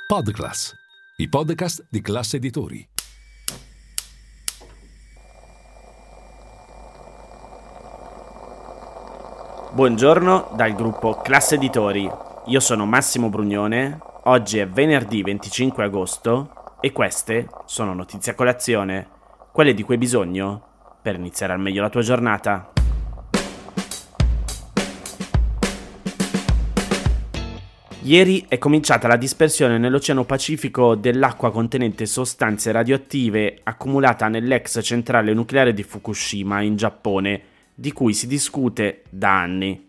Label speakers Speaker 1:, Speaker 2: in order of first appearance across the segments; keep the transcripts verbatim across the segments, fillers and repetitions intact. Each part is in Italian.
Speaker 1: Podclass, i podcast di Classe Editori.
Speaker 2: Buongiorno dal gruppo Classe Editori. Io sono Massimo Brugnone. Oggi è venerdì venticinque agosto e queste sono notizie a colazione, quelle di cui hai bisogno per iniziare al meglio la tua giornata. Ieri è cominciata la dispersione nell'Oceano Pacifico dell'acqua contenente sostanze radioattive accumulata nell'ex centrale nucleare di Fukushima in Giappone, di cui si discute da anni.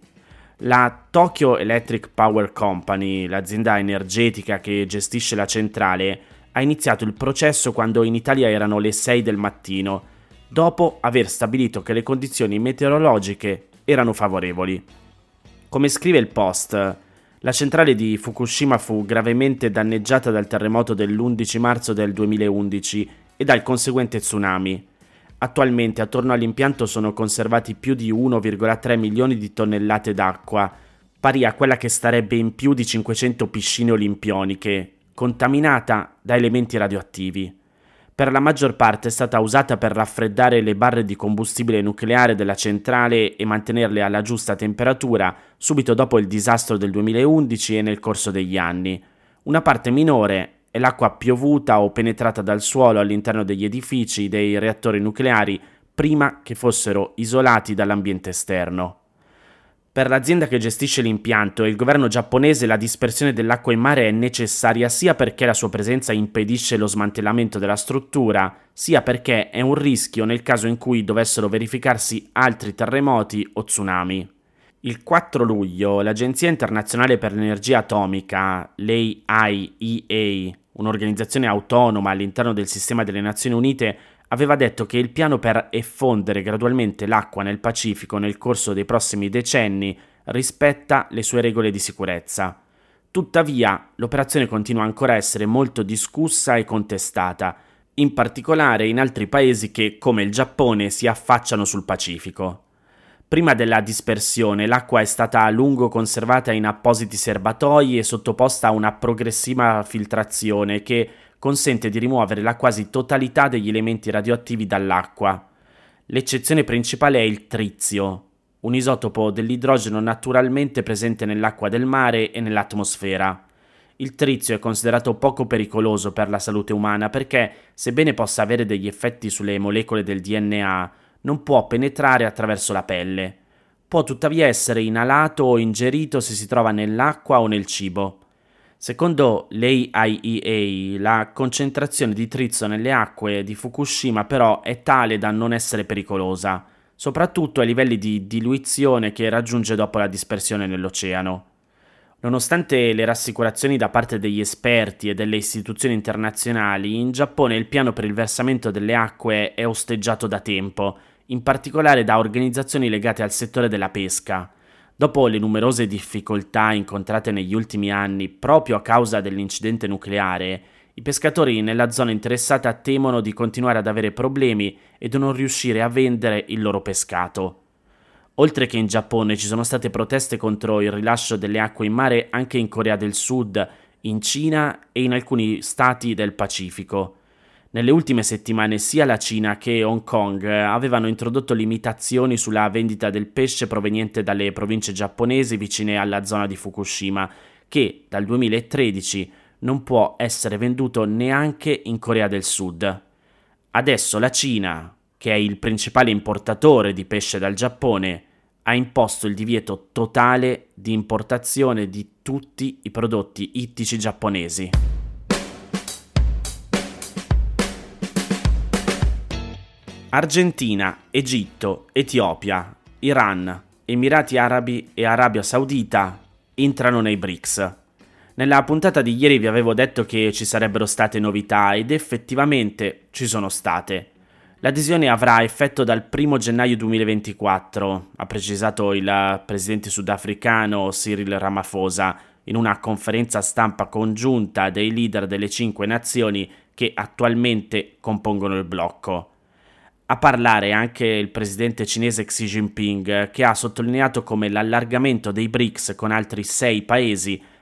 Speaker 2: La Tokyo Electric Power Company, l'azienda energetica che gestisce la centrale, ha iniziato il processo quando in Italia erano le sei del mattino, dopo aver stabilito che le condizioni meteorologiche erano favorevoli. Come scrive il Post, la centrale di Fukushima fu gravemente danneggiata dal terremoto dell'undici marzo del duemilaundici e dal conseguente tsunami. Attualmente attorno all'impianto sono conservati più di uno virgola tre milioni di tonnellate d'acqua, pari a quella che starebbe in più di cinquecento piscine olimpioniche, contaminata da elementi radioattivi. Per la maggior parte è stata usata per raffreddare le barre di combustibile nucleare della centrale e mantenerle alla giusta temperatura subito dopo il disastro del duemilaundici e nel corso degli anni. Una parte minore è l'acqua piovuta o penetrata dal suolo all'interno degli edifici dei reattori nucleari prima che fossero isolati dall'ambiente esterno. Per l'azienda che gestisce l'impianto e il governo giapponese la dispersione dell'acqua in mare è necessaria sia perché la sua presenza impedisce lo smantellamento della struttura, sia perché è un rischio nel caso in cui dovessero verificarsi altri terremoti o tsunami. Il quattro luglio l'Agenzia Internazionale per l'Energia Atomica, l'I A E A, un'organizzazione autonoma all'interno del sistema delle Nazioni Unite, aveva detto che il piano per effondere gradualmente l'acqua nel Pacifico nel corso dei prossimi decenni rispetta le sue regole di sicurezza. Tuttavia, l'operazione continua ancora a essere molto discussa e contestata, in particolare in altri paesi che, come il Giappone, si affacciano sul Pacifico. Prima della dispersione, l'acqua è stata a lungo conservata in appositi serbatoi e sottoposta a una progressiva filtrazione che consente di rimuovere la quasi totalità degli elementi radioattivi dall'acqua. L'eccezione principale è il trizio, un isotopo dell'idrogeno naturalmente presente nell'acqua del mare e nell'atmosfera. Il trizio è considerato poco pericoloso per la salute umana perché, sebbene possa avere degli effetti sulle molecole del D N A, non può penetrare attraverso la pelle. Può tuttavia essere inalato o ingerito se si trova nell'acqua o nel cibo. Secondo l'I A E A, la concentrazione di trizio nelle acque di Fukushima però è tale da non essere pericolosa, soprattutto ai livelli di diluizione che raggiunge dopo la dispersione nell'oceano. Nonostante le rassicurazioni da parte degli esperti e delle istituzioni internazionali, in Giappone il piano per il versamento delle acque è osteggiato da tempo, in particolare da organizzazioni legate al settore della pesca. Dopo le numerose difficoltà incontrate negli ultimi anni proprio a causa dell'incidente nucleare, i pescatori nella zona interessata temono di continuare ad avere problemi e di non riuscire a vendere il loro pescato. Oltre che in Giappone ci sono state proteste contro il rilascio delle acque in mare anche in Corea del Sud, in Cina e in alcuni stati del Pacifico. Nelle ultime settimane sia la Cina che Hong Kong avevano introdotto limitazioni sulla vendita del pesce proveniente dalle province giapponesi vicine alla zona di Fukushima, che dal duemilatredici non può essere venduto neanche in Corea del Sud. Adesso la Cina, che è il principale importatore di pesce dal Giappone, ha imposto il divieto totale di importazione di tutti i prodotti ittici giapponesi. Argentina, Egitto, Etiopia, Iran, Emirati Arabi e Arabia Saudita entrano nei B R I C S. Nella puntata di ieri vi avevo detto che ci sarebbero state novità ed effettivamente ci sono state. L'adesione avrà effetto dal primo gennaio duemilaventiquattro, ha precisato il presidente sudafricano Cyril Ramaphosa in una conferenza stampa congiunta dei leader delle cinque nazioni che attualmente compongono il blocco. A parlare anche il presidente cinese Xi Jinping, che ha sottolineato come l'allargamento dei B R I C S con altri sei paesi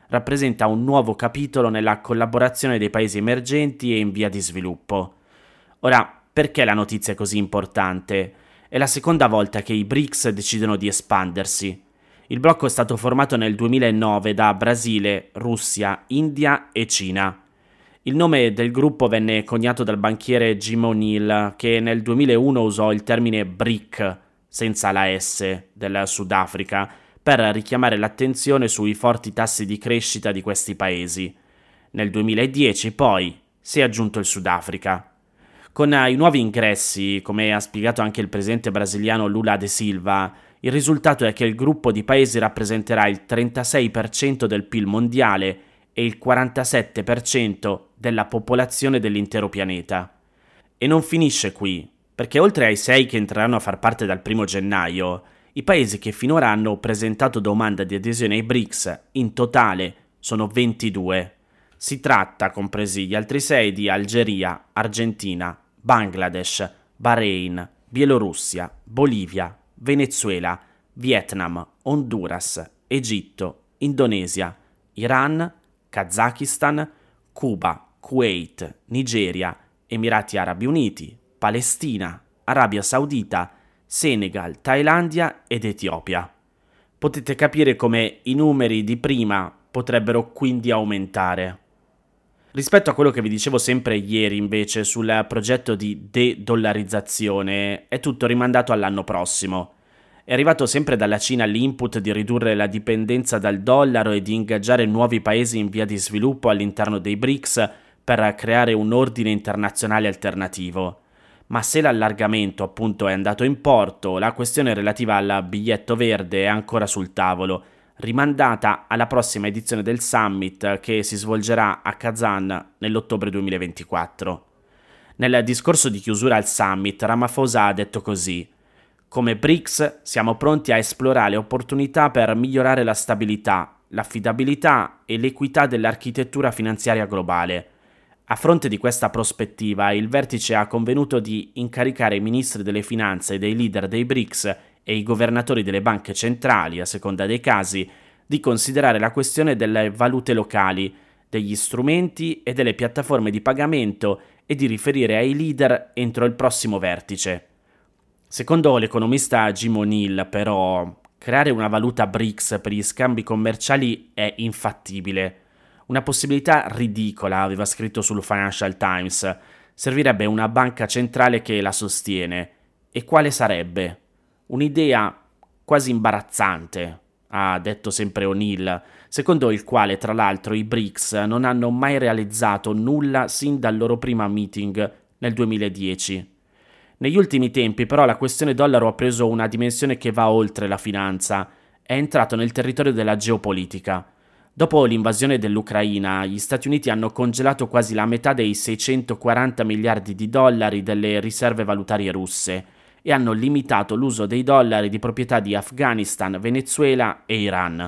Speaker 2: rappresenta un nuovo capitolo nella collaborazione dei paesi emergenti e in via di sviluppo. Ora, perché la notizia è così importante? È la seconda volta che i B R I C S decidono di espandersi. Il blocco è stato formato nel duemilanove da Brasile, Russia, India e Cina. Il nome del gruppo venne coniato dal banchiere Jim O'Neill, che nel duemilauno usò il termine B R I C, senza la S, del Sudafrica, per richiamare l'attenzione sui forti tassi di crescita di questi paesi. Nel duemiladieci, poi, si è aggiunto il Sudafrica. Con i nuovi ingressi, come ha spiegato anche il presidente brasiliano Lula da Silva, il risultato è che il gruppo di paesi rappresenterà il trentasei per cento del P I L mondiale e il quarantasette per cento della popolazione dell'intero pianeta. E non finisce qui, perché oltre ai sei che entreranno a far parte dal primo gennaio, i paesi che finora hanno presentato domanda di adesione ai B R I C S in totale sono ventidue. Si tratta, compresi gli altri sei, di Algeria, Argentina, Bangladesh, Bahrain, Bielorussia, Bolivia, Venezuela, Vietnam, Honduras, Egitto, Indonesia, Iran, Kazakistan, Cuba, Kuwait, Nigeria, Emirati Arabi Uniti, Palestina, Arabia Saudita, Senegal, Thailandia ed Etiopia. Potete capire come i numeri di prima potrebbero quindi aumentare. Rispetto a quello che vi dicevo sempre ieri, invece, sul progetto di de-dollarizzazione, è tutto rimandato all'anno prossimo. È arrivato sempre dalla Cina l'input di ridurre la dipendenza dal dollaro e di ingaggiare nuovi paesi in via di sviluppo all'interno dei B R I C S per creare un ordine internazionale alternativo. Ma se l'allargamento appunto è andato in porto, la questione relativa al biglietto verde è ancora sul tavolo, rimandata alla prossima edizione del summit che si svolgerà a Kazan nell'ottobre duemilaventiquattro. Nel discorso di chiusura al summit, Ramaphosa ha detto così: come B R I C S siamo pronti a esplorare opportunità per migliorare la stabilità, l'affidabilità e l'equità dell'architettura finanziaria globale. A fronte di questa prospettiva, il vertice ha convenuto di incaricare i ministri delle finanze e dei leader dei B R I C S e i governatori delle banche centrali, a seconda dei casi, di considerare la questione delle valute locali, degli strumenti e delle piattaforme di pagamento e di riferire ai leader entro il prossimo vertice. Secondo l'economista Jim O'Neill, però, creare una valuta B R I C S per gli scambi commerciali è infattibile. Una possibilità ridicola, aveva scritto sul Financial Times. Servirebbe una banca centrale che la sostiene. E quale sarebbe? Un'idea quasi imbarazzante, ha detto sempre O'Neill, secondo il quale tra l'altro i B R I C S non hanno mai realizzato nulla sin dal loro primo meeting nel duemiladieci. Negli ultimi tempi però la questione dollaro ha preso una dimensione che va oltre la finanza, è entrato nel territorio della geopolitica. Dopo l'invasione dell'Ucraina, gli Stati Uniti hanno congelato quasi la metà dei seicentoquaranta miliardi di dollari delle riserve valutarie russe e hanno limitato l'uso dei dollari di proprietà di Afghanistan, Venezuela e Iran.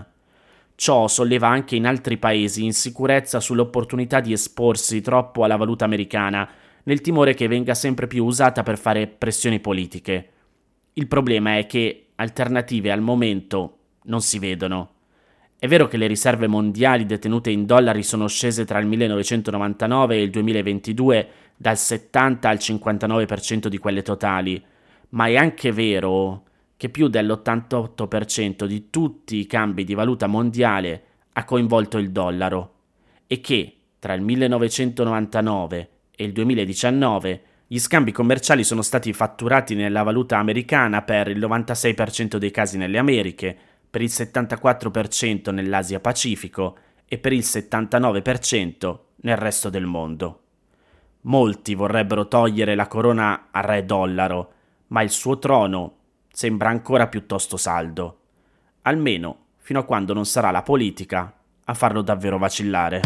Speaker 2: Ciò solleva anche in altri paesi insicurezza sull'opportunità di esporsi troppo alla valuta americana, nel timore che venga sempre più usata per fare pressioni politiche. Il problema è che alternative al momento non si vedono. È vero che le riserve mondiali detenute in dollari sono scese tra il millenovecentonovantanove e il duemilaventidue dal settanta al cinquantanove per cento di quelle totali, ma è anche vero che più dell'ottantotto per cento di tutti i cambi di valuta mondiale ha coinvolto il dollaro e che tra il millenovecentonovantanove e il duemiladiciannove gli scambi commerciali sono stati fatturati nella valuta americana per il novantasei per cento dei casi nelle Americhe, per il settantaquattro per cento nell'Asia Pacifico e per il settantanove per cento nel resto del mondo. Molti vorrebbero togliere la corona al re dollaro, ma il suo trono sembra ancora piuttosto saldo, almeno fino a quando non sarà la politica a farlo davvero vacillare.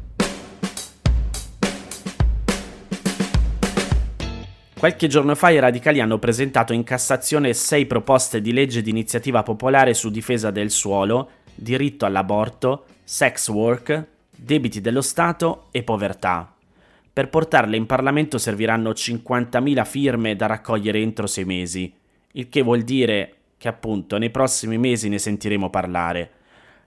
Speaker 2: Qualche giorno fa i radicali hanno presentato in Cassazione sei proposte di legge di iniziativa popolare su difesa del suolo, diritto all'aborto, sex work, debiti dello Stato e povertà. Per portarle in Parlamento serviranno cinquantamila firme da raccogliere entro sei mesi, il che vuol dire che appunto nei prossimi mesi ne sentiremo parlare.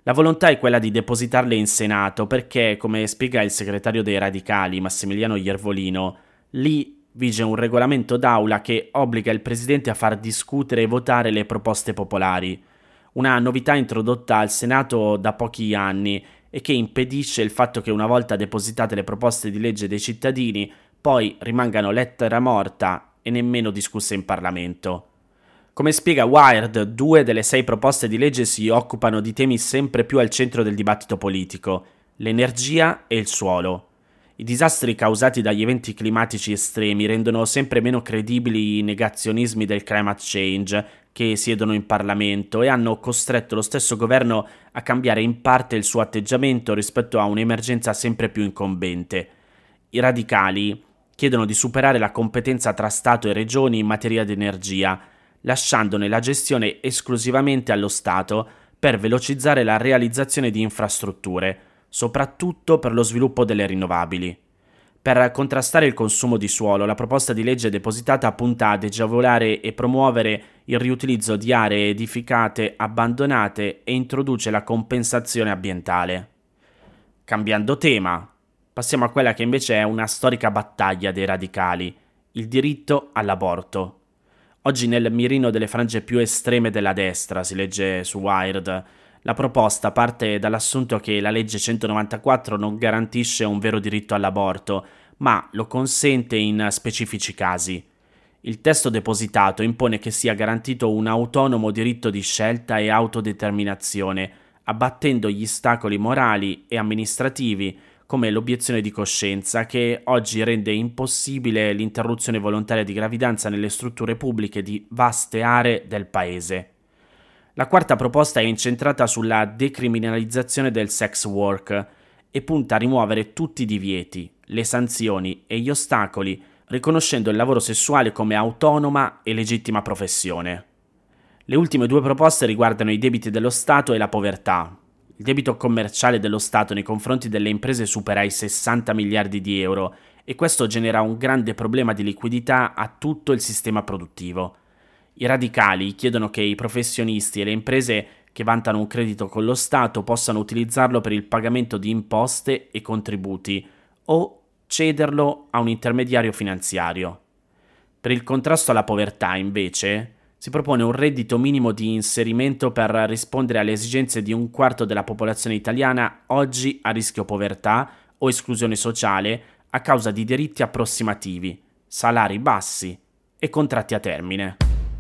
Speaker 2: La volontà è quella di depositarle in Senato perché, come spiega il segretario dei Radicali, Massimiliano Iervolino, lì vige un regolamento d'aula che obbliga il presidente a far discutere e votare le proposte popolari. Una novità introdotta al Senato da pochi anni e che impedisce il fatto che una volta depositate le proposte di legge dei cittadini poi rimangano lettera morta e nemmeno discusse in Parlamento. Come spiega Wired, due delle sei proposte di legge si occupano di temi sempre più al centro del dibattito politico: l'energia e il suolo. I disastri causati dagli eventi climatici estremi rendono sempre meno credibili i negazionismi del climate change che siedono in Parlamento e hanno costretto lo stesso governo a cambiare in parte il suo atteggiamento rispetto a un'emergenza sempre più incombente. I radicali chiedono di superare la competenza tra Stato e Regioni in materia di energia, lasciandone la gestione esclusivamente allo Stato per velocizzare la realizzazione di infrastrutture, soprattutto per lo sviluppo delle rinnovabili. Per contrastare il consumo di suolo, la proposta di legge depositata punta ad agevolare e promuovere il riutilizzo di aree edificate abbandonate e introduce la compensazione ambientale. Cambiando tema, passiamo a quella che invece è una storica battaglia dei radicali: il diritto all'aborto. Oggi nel mirino delle frange più estreme della destra, si legge su Wired. La proposta parte dall'assunto che la legge centonovantaquattro non garantisce un vero diritto all'aborto, ma lo consente in specifici casi. Il testo depositato impone che sia garantito un autonomo diritto di scelta e autodeterminazione, abbattendo gli ostacoli morali e amministrativi, come l'obiezione di coscienza, che oggi rende impossibile l'interruzione volontaria di gravidanza nelle strutture pubbliche di vaste aree del paese. La quarta proposta è incentrata sulla decriminalizzazione del sex work e punta a rimuovere tutti i divieti, le sanzioni e gli ostacoli, riconoscendo il lavoro sessuale come autonoma e legittima professione. Le ultime due proposte riguardano i debiti dello Stato e la povertà. Il debito commerciale dello Stato nei confronti delle imprese supera i sessanta miliardi di euro e questo genera un grande problema di liquidità a tutto il sistema produttivo. I radicali chiedono che i professionisti e le imprese che vantano un credito con lo Stato possano utilizzarlo per il pagamento di imposte e contributi o cederlo a un intermediario finanziario. Per il contrasto alla povertà, invece, si propone un reddito minimo di inserimento per rispondere alle esigenze di un quarto della popolazione italiana oggi a rischio povertà o esclusione sociale a causa di diritti approssimativi, salari bassi e contratti a termine.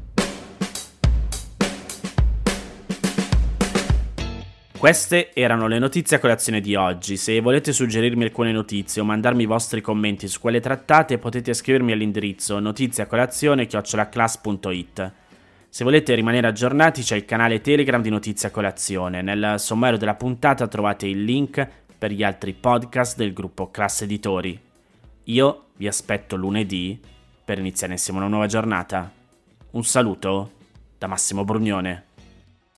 Speaker 2: Queste erano le notizie a colazione di oggi. Se volete suggerirmi alcune notizie o mandarmi i vostri commenti su quelle trattate, potete scrivermi all'indirizzo notiziacolazione chiocciola class punto it. Se volete rimanere aggiornati c'è il canale Telegram di Notizia Colazione. Nel sommario della puntata trovate il link per gli altri podcast del gruppo Class Editori. Io vi aspetto lunedì per iniziare insieme una nuova giornata. Un saluto da Massimo Brugnone.